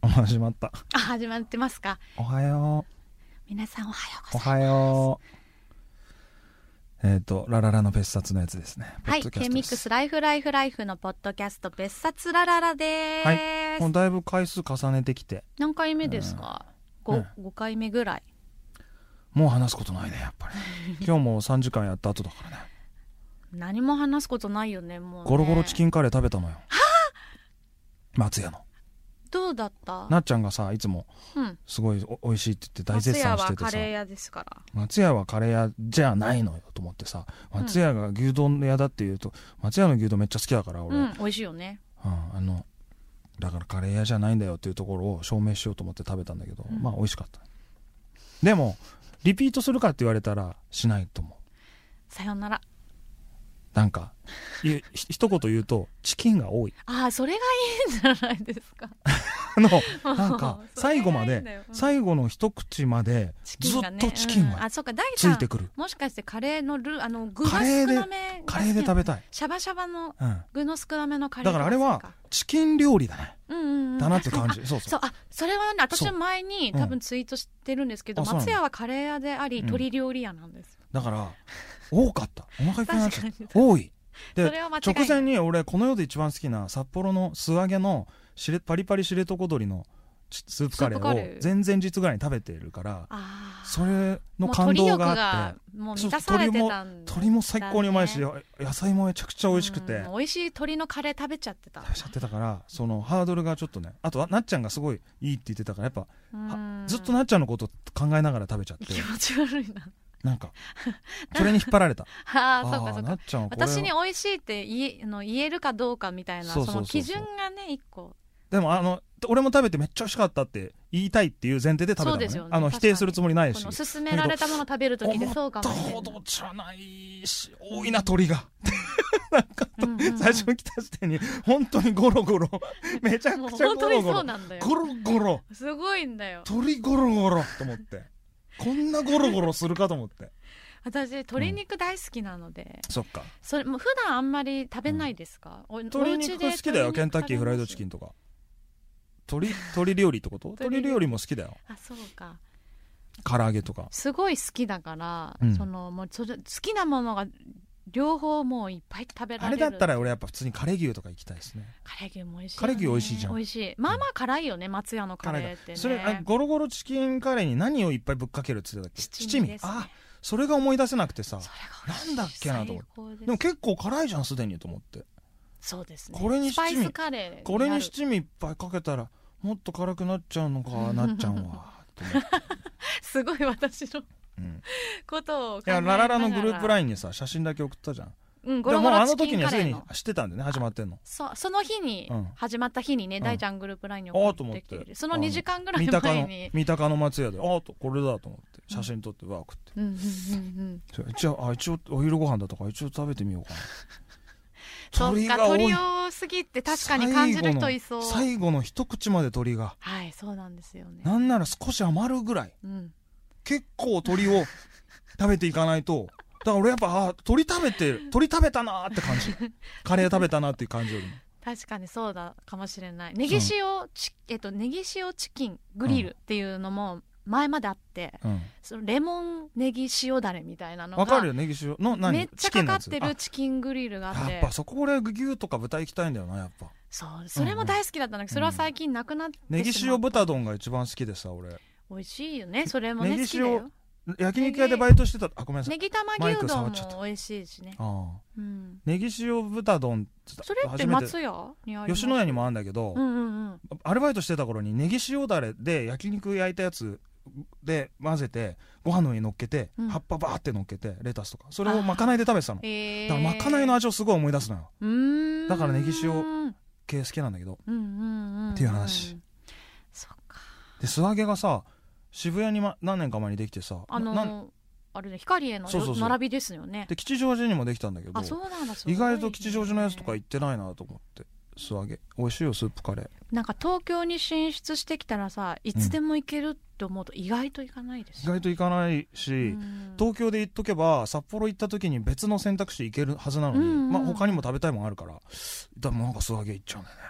始まった。 始まってますか。 おはよう。皆さんおはようう。 ございます。 おはよう。ラララの別冊のやつですね。 はい、K ミックスライフのポッドキャスト別冊ラララです。 はい。もうだいぶ回数重ねてきて。 何回目ですか。5回目ぐらい。 もう話すことないね、やっぱり。今日も3時間やった後だからね。 何も話すことないよね、もうね。 ゴロゴロチキンカレー食べたのよ。松屋の。 どうだった。 なっちゃんがさ、いつもすごいおいしいって言って大絶賛しててさ、 松屋はカレー屋ですから。 松屋はカレー屋じゃないのよと思ってさ、松屋が牛丼屋だって言うと、松屋の牛丼めっちゃ好きだから俺、 美味しいよね。 だからカレー屋じゃないんだよっていうところを証明しようと思って食べたんだけど、まあ美味しかった。でもリピートするかって言われたらしないと思う。 さよなら。 なんか一言言うとチキンが多い。 それがいいんじゃないですか。 なんか最後まで、最後の一口までずっとチキンがついてくる。 もしかしてカレーの具が少なめ、 カレーで食べたい。 シャバシャバの具の少なめのカレー。 だからあれはチキン料理だね。だなって感じ。そう。 それはね、私は前に多分ツイートしてるんですけど、松屋はカレー屋であり鶏料理屋なんです。 だから多かった。お腹いっぱいになっちゃった。多い。で直前に俺この世で一番好きな札幌の素揚げのパリパリ知床鶏のスープカレーを前々日ぐらいに食べてるから、それの感動があって、 もう満たされてたんだね。 鶏も最高にうまいし、野菜もめちゃくちゃ美味しくて、 美味しい鶏のカレー食べちゃってたから、そのハードルがちょっとね。あとはなっちゃんがすごいいいって言ってたから、やっぱずっとなっちゃんのこと考えながら食べちゃって、 気持ち悪いな。 なんかそれに引っ張られた。 そうか。私に美味しいって言えるかどうかみたいな、その基準がね、一個。 でも俺も食べてめっちゃ美味しかったって言いたいっていう前提で食べたのね。そうですよね。否定するつもりないし。 勧められたもの食べるときでそうかもしれない。 思ったほどじゃないし、多いな鳥が。なんか最初に来た時点に本当にゴロゴロ、めちゃくちゃゴロゴロ、 本当にそうなんだよ。 ゴロゴロ、 すごいんだよ。 鳥ゴロゴロと思って、こんなゴロゴロするかと思って。 私鶏肉大好きなので、 そっか。 それも普段あんまり食べないですか。 鶏肉好きだよ。ケンタッキーフライドチキンとか。鶏料理ってこと？鶏料理も好きだよ。 そうか。 唐揚げとかすごい好きだから、もう好きなものが両方もういっぱい食べられる。 あれだったら俺やっぱ普通にカレー牛とか行きたいですね。 カレー牛も美味しい、 カレー牛美味しいじゃん。 美味しい。まあまあ辛いよね、松屋のカレーってね。 それゴロゴロチキンカレーに何をいっぱいぶっかけるって言ってたっけ？七味。それが思い出せなくてさ、なんだっけなと思って。でも結構辛いじゃんすでにと思って。 そうですね。 これにスパイスカレー、 これに七味いっぱいかけたらもっと辛くなっちゃうのかなっちゃうわすごい私のことを考えながら。 いや、ラララのグループラインにさ写真だけ送ったじゃん。 ゴロゴロチキンカレーの。でも時にはすでに知ってたんでね、始まってんの。 その日に、始まった日にね、大ちゃんグループラインに送ってきて、その2時間ぐらい前に三鷹の松屋でこれだと思って写真撮って送って、一応お昼ご飯だとか一応食べてみようかな。 そうか、鳥多すぎって確かに感じる人いそう。 最後の一口まで鳥が、 そうなんですよね。 なんなら少し余るぐらい、結構鳥を食べていかないと。だから俺やっぱ鳥食べたなーって感じ。カレー食べたなっていう感じよりも。 確かにそうだかもしれない。ネギ塩チキングリルっていうのも前まであって、そのレモンネギ塩だれみたいなのがわかるよ。ネギ塩のめっちゃかかってるチキングリルがあって、 やっぱそこ俺牛とか豚行きたいんだよな。やっぱそれも大好きだったんだけど、それは最近なくなってしまった。 ネギ塩豚丼が一番好きでさ、俺。 美味しいよね。それもね、好きだよ。 焼肉屋でバイトしてた。ごめんなさい。 ネギ玉牛丼も美味しいしね。ネギ塩豚丼、 それって松屋にあります？ 吉野家にもあるんだけど、アルバイトしてた頃にネギ塩だれで焼肉焼いたやつで混ぜてご飯の上に乗っけて、葉っぱバーって乗っけてレタスとか、それをまかないで食べてたの。だからまかないの味をすごい思い出すのよ。だからネギ塩系好きなんだけどっていう話。 そっか。 で素揚げがさ、渋谷に何年か前にできてさ、 あれね、光への並びですよね。 で吉祥寺にもできたんだけど、意外と吉祥寺のやつとか行ってないなと思って。素揚げ美味しいよ、スープカレー。 なんか東京に進出してきたらさ、いつでも行けるって思うと意外と行かないですよ。 意外と行かないし、東京で行っとけば札幌行った時に別の選択肢行けるはずなのに、他にも食べたいもんあるから、なんか素揚げ行っちゃうんだよね。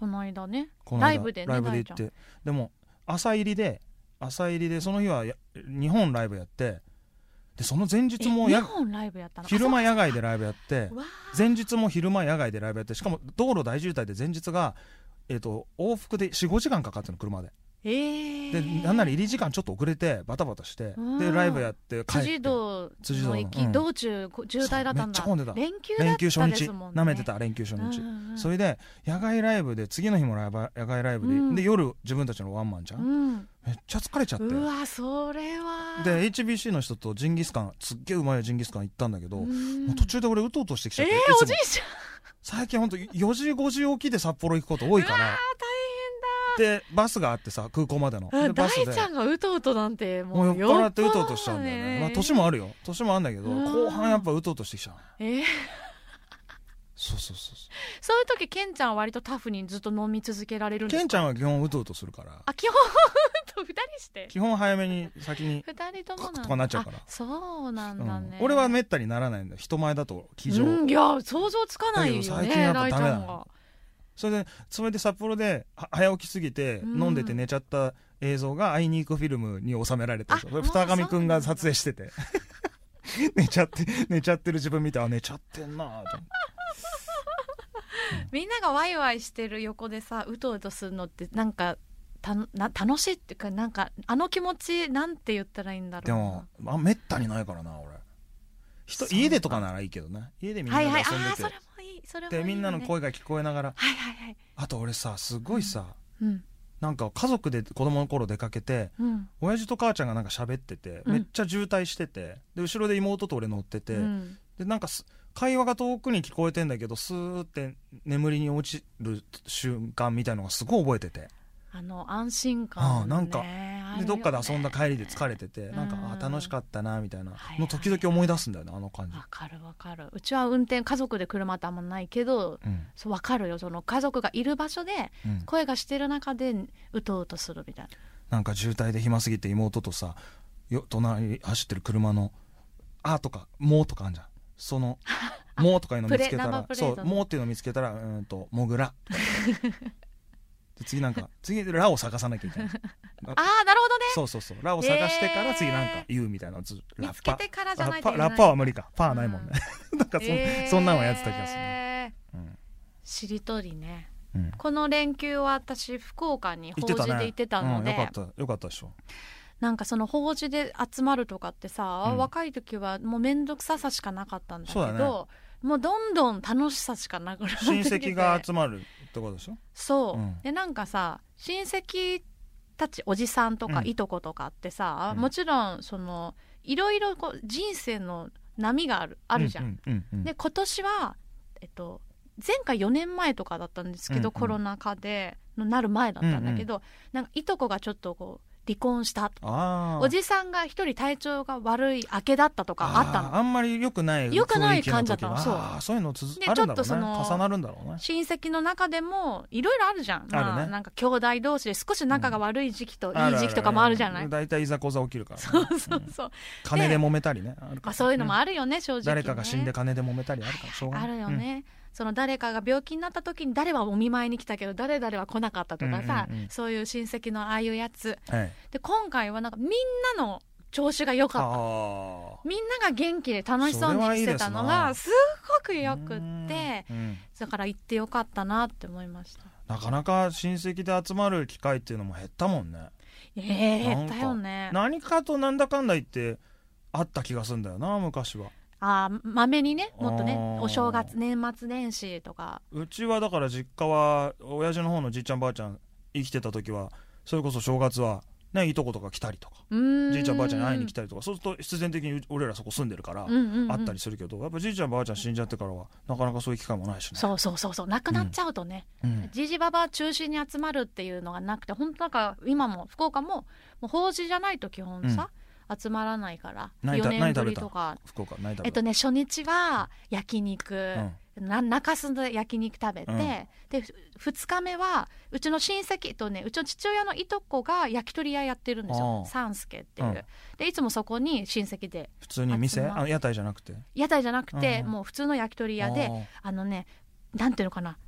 この間ねライブでね、 ライブで行って、でも朝入りでその日は2本ライブやって、でその前日も 2本ライブやったの、 昼間野外でライブやって、前日も昼間野外でライブやって、しかも道路大渋滞で前日が、往復で 4,5 時間かかってるの車で。でなんなら入り時間ちょっと遅れてバタバタして、でライブやって帰って辻堂の行き道中渋滞だったんだ。めっちゃ混んでた。連休だったですもんね。連休初日なめてた、連休初日、それで野外ライブで、次の日も野外ライブで、で夜自分たちのワンマンじゃん、めっちゃ疲れちゃって、 うわそれはで HBC の人とジンギスカン、すっげえうまいジンギスカン行ったんだけど、もう途中で俺うとうとしてきちゃって、 おじいちゃん最近ほんと4時5時起きで札幌行くこと多いから、でバスがあってさ、空港までの大ちゃんがうとうとなんてもう酔っ払ってうとうとしちゃうんだよね。まあ年もあるよ、年もあるんだけど、後半やっぱうとうとしてきちゃう。そうそういう時ケンちゃんは割とタフにずっと飲み続けられるんですか？ ケンちゃんは基本うとうとするから、 基本2人して基本早めに先に 2人ともとかなっちゃうから。 そうなんだね、 俺はめったにならないんだよ、人前だと気丈、 いや想像つかないよね。 最近やっぱダメだな。それで札幌で早起きすぎて飲んでて寝ちゃった映像がアイニークフィルムに収められてる。二上くんが撮影してて寝ちゃってる自分見て、寝ちゃってんなと思って。 みんながワイワイしてる横でさ、うとうとするのってなんか楽しいっていうか、なんかあの気持ちなんて言ったらいいんだろうな。 でもめったにないからな俺。家でとかならいいけどね、家でみんなで遊んでて、 それもいい、それもいい、ね、 でみんなの声が聞こえながら、あと俺さすごいさ、なんか家族で子供の頃出かけて、親父と母ちゃんがなんか喋ってて、めっちゃ渋滞してて、で後ろで妹と俺乗ってて、でなんか会話が遠くに聞こえてんだけど、スーって眠りに落ちる瞬間みたいのがすごい覚えてて、 安心感、 なんかでどっかで遊んだ帰りで疲れてて、なんか楽しかったなみたいなの時々思い出すんだよね、あの感じ。 わかる。うちは家族で車ってあんまないけど、そうわかるよ。その家族がいる場所で声がしてる中でうとうとするみたいな。 なんか渋滞で暇すぎて妹とさ、隣走ってる車のとかもとかあんじゃん、そのもとかいうの見つけたらそうもっていうの見つけたらもぐらで次ラを探さなきゃいけないなるほどね。 そうラを探してから次なんか言うみたいな、 見つけてからじゃないといけない。 ラッパは無理か、パーないもんねなんかそんなんはやってた気がするね。 しりとりね、この連休は私福岡に法事で行ってたので、 よかったでしょ。 なんかその法事で集まるとかってさ、若い時はもう面倒くささしかなかったんだけど、もうどんどん楽しさしかなくなってきて、 親戚が集まるってことでしょ。 そう、でなんかさ、親戚たちおじさんとかいとことかってさ、もちろんそのいろいろ人生の波があるじゃん。で今年は前回4年前とかだったんですけど、コロナ禍でなる前だったんだけど、なんかいとこがちょっと離婚したと、おじさんが一人体調が悪い明けだったとかあったの。 あんまり良くない感じだったの。 そういうのあるんだろうね、重なるんだろうね。 親戚の中でもいろいろあるじゃん、なんか兄弟同士で少し仲が悪い時期といい時期とかもあるじゃない。 だいたいいざこざ起きるから、 そう金で揉めたりね、 そういうのもあるよね、正直ね。 誰かが死んで金で揉めたりあるからしょうがない。 あるよね。その誰かが病気になった時に誰はお見舞いに来たけど誰々は来なかったとかさ、そういう親戚のああいうやつ、で今回はなんかみんなの調子が良かった。みんなが元気で楽しそうにしてたのがすごくよくって、だから行ってよかったなって思いました。 なかなか親戚で集まる機会っていうのも減ったもんね。 減ったよね。 何かとなんだかんだ言ってあった気がするんだよな、昔は。 まめにね、もっとね、お正月年末年始とか。 うちはだから実家は親父の方のじいちゃんばあちゃん生きてた時はそれこそ正月はね、いとことか来たりとか、じいちゃんばあちゃんに会いに来たりとか、そうすると必然的に俺らそこ住んでるからあったりするけど、やっぱじいちゃんばあちゃん死んじゃってからはなかなかそういう機会もないしね。 そう亡くなっちゃうとね、じいじばば中心に集まるっていうのがなくて、本当なんか今も福岡もう法事じゃないと基本さ、集まらないから。4年ぶりとか。 福岡何食べた？ 初日は焼肉、中洲で焼肉食べて、で2日目はうちの親戚とね、うちの父親のいとこが焼き鳥屋やってるんですよ、三助っていう、でいつもそこに親戚で普通に店、屋台じゃなくてもう普通の焼き鳥屋で、なんていうのかな、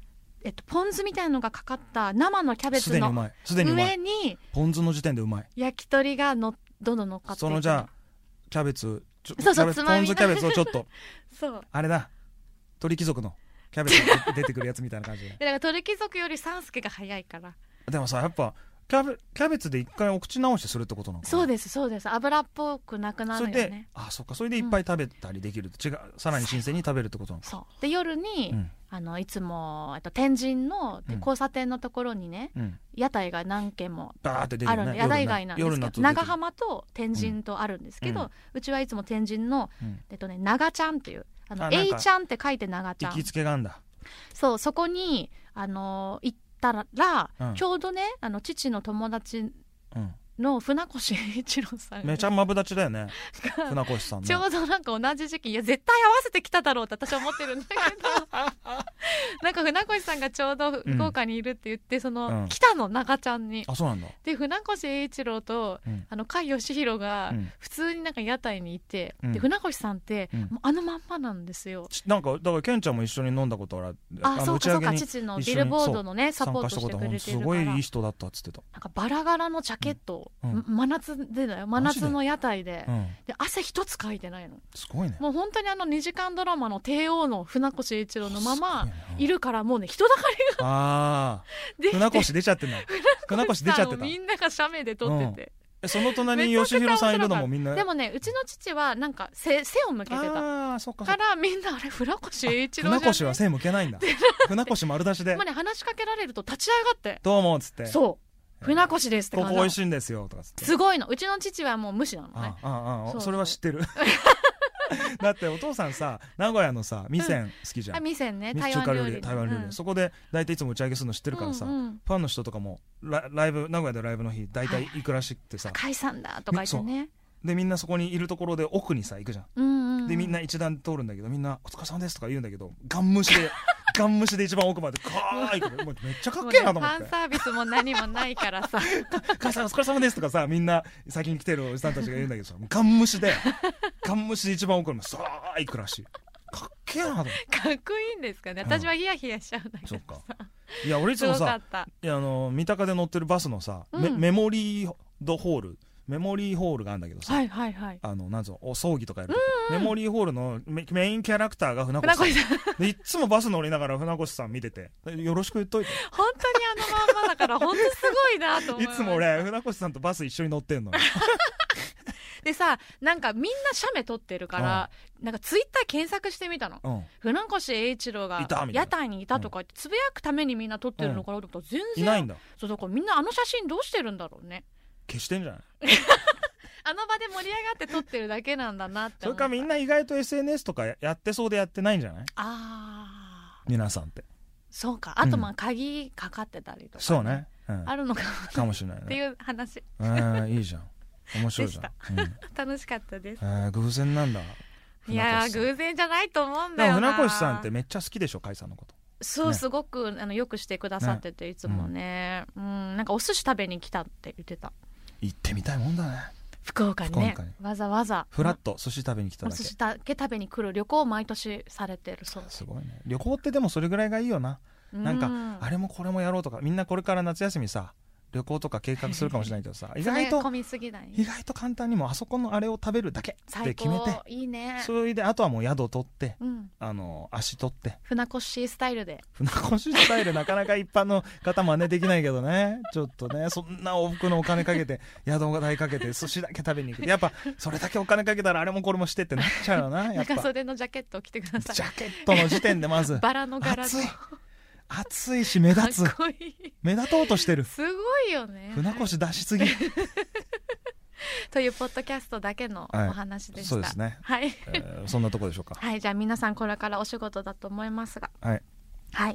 ポン酢みたいなのがかかった生のキャベツの上にポン酢の時点でうまい焼き鳥がどんどん乗っかっていく。 そのじゃあキャベツそうポン酢キャベツをちょっとそうあれだ鳥貴族のキャベツが出てくるやつみたいな感じでだから鳥貴族より三助が早いから。 でもさやっぱキャベツで一回お口直しするってことなのかな。 そうですそうです。油っぽくなくなるよね。 それでそっかそれでいっぱい食べたりできる、違うさらに新鮮に食べるってことなのか。 そうで夜に、いつも天神の交差点のところにね、屋台が何軒もあるの、屋台街なんですけど、長浜と天神とあるんですけど、うちはいつも天神の、長ちゃんっていうAちゃんって書いて長ちゃん行きつけがあんだ。 そうそこに行ったら、ちょうどね父の友達の船越英一郎さんめちゃマブダチだよね船越さんね。 ちょうどなんか同じ時期、いや絶対合わせてきただろうって私は思ってるんだけどなんか船越さんがちょうど福岡にいるって言って、来たの長ちゃんに。 あそうなんだ。 で船越英一郎と、甲斐義弘が普通になんか屋台にいて、で船越さんって、もうあのまんまなんですよ。 なんかだからケンちゃんも一緒に飲んだことある。 そうかそうか、父のビルボードのねサポートしてくれてるからすごいいい人だったっつってた。 なんかバラ柄のジャケット、真夏でだよ、真夏の屋台で、で汗一つかいてないの。 すごいね。 もう本当に2時間ドラマの帝王の船越英一郎のままいるから、もうね人だかりが船越出ちゃってんの。船越出ちゃってた。 みんなが写メで撮ってて、 その隣に義弘さんいるのもみんな。 でもねうちの父はなんか背を向けてたからみんなあれ船越英一郎じゃね。 船越は背向けないんだ船越丸出しで、 まあね、話しかけられると立ち上がってどうもっつって、 そう船越ですって感じ。 ここ美味しいんですよとかつって、 すごいの。うちの父はもう無視なのね。 それは知ってるだってお父さんさ名古屋のさ味仙好きじゃん。 味仙ね、台湾料理、 そこで大体いつも打ち上げするの知ってるからさ、ファンの人とかもライブ名古屋でライブの日大体行くらしくてさ、 解散だとか言ってね。 でみんなそこにいるところで奥にさ行くじゃん、でみんな一段通るんだけど、みんなお疲れ様ですとか言うんだけど、ガン無視で一番奥までガー行く。めっちゃかっけえなと思って、 ファンサービスも何もないからさ母さんお疲れ様ですとかさ、みんな先に来てるおじさんたちが言うんだけどさ、ガン無視で一番奥までさー行くらしい。かっけえなと思って。 かっこいいんですかね。私はヒヤヒヤしちゃうんだけどさ。 そっか。いや俺いつもさ三鷹で乗ってるバスのさ、メモリーホールがあるんだけどさ、なんぞお葬儀とかやると、メモリーホールのメインキャラクターが船越さんで、いつもバス乗りながら船越さん見てて、よろしく言っといて。 本当にまんまだから本当すごいなと思う。 いつも俺船越さんとバス一緒に乗ってんのでさ、なんかみんな写メ撮ってるから、なんかツイッター検索してみたの、船越英一郎が屋台にいたとかつぶやくためにみんな撮ってるのかなと思ったら全然いないんだ。 そうだからみんな写真どうしてるんだろうね。 消してんじゃないあの場で盛り上がって撮ってるだけなんだなってそれかみんな意外と SNS とかやってそうでやってないんじゃない。皆さんってそうか。あと鍵かかってたりとか、 そうね、 あるのかもしれないねっていう話。 いいじゃん、面白いじゃん、 楽しかったです。 偶然なんだ。 いや偶然じゃないと思うんだよな。 船越さんってめっちゃ好きでしょ、甲斐さんのこと。 そう、すごくよくしてくださってて、いつもね、なんかお寿司食べに来たって言ってた。 行ってみたいもんだね、 福岡にね。わざわざフラッと寿司食べに来ただけ。 寿司だけ食べに来る旅行を毎年されてるそうです。 すごいね。旅行ってでもそれぐらいがいいよな。なんかあれもこれもやろうとか、みんなこれから夏休みさ旅行とか計画するかもしれないけどさ意外と簡単にもあそこのあれを食べるだけって決めて、 いいね。 それであとはもう宿を取って、足取って船越スタイルで。 船越スタイルなかなか一般の方真似できないけどね、ちょっとね、そんな往復のお金かけて宿が代かけて寿司だけ食べに行く、やっぱそれだけお金かけたらあれもこれもしてってなっちゃうよな。やっぱ長袖のジャケットを着てください。 ジャケットの時点でまずバラの柄の暑いし目立つ、 かっこいい、 目立とうとしてる。 すごいよね。 船越出しすぎというポッドキャストだけのお話でした。 そうですね。 はい。 そんなとこでしょうか。 はい、じゃあ皆さんこれからお仕事だと思いますが、 はい。 はい。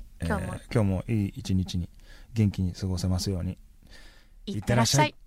今日もいい一日に元気に過ごせますように。 いってらっしゃい。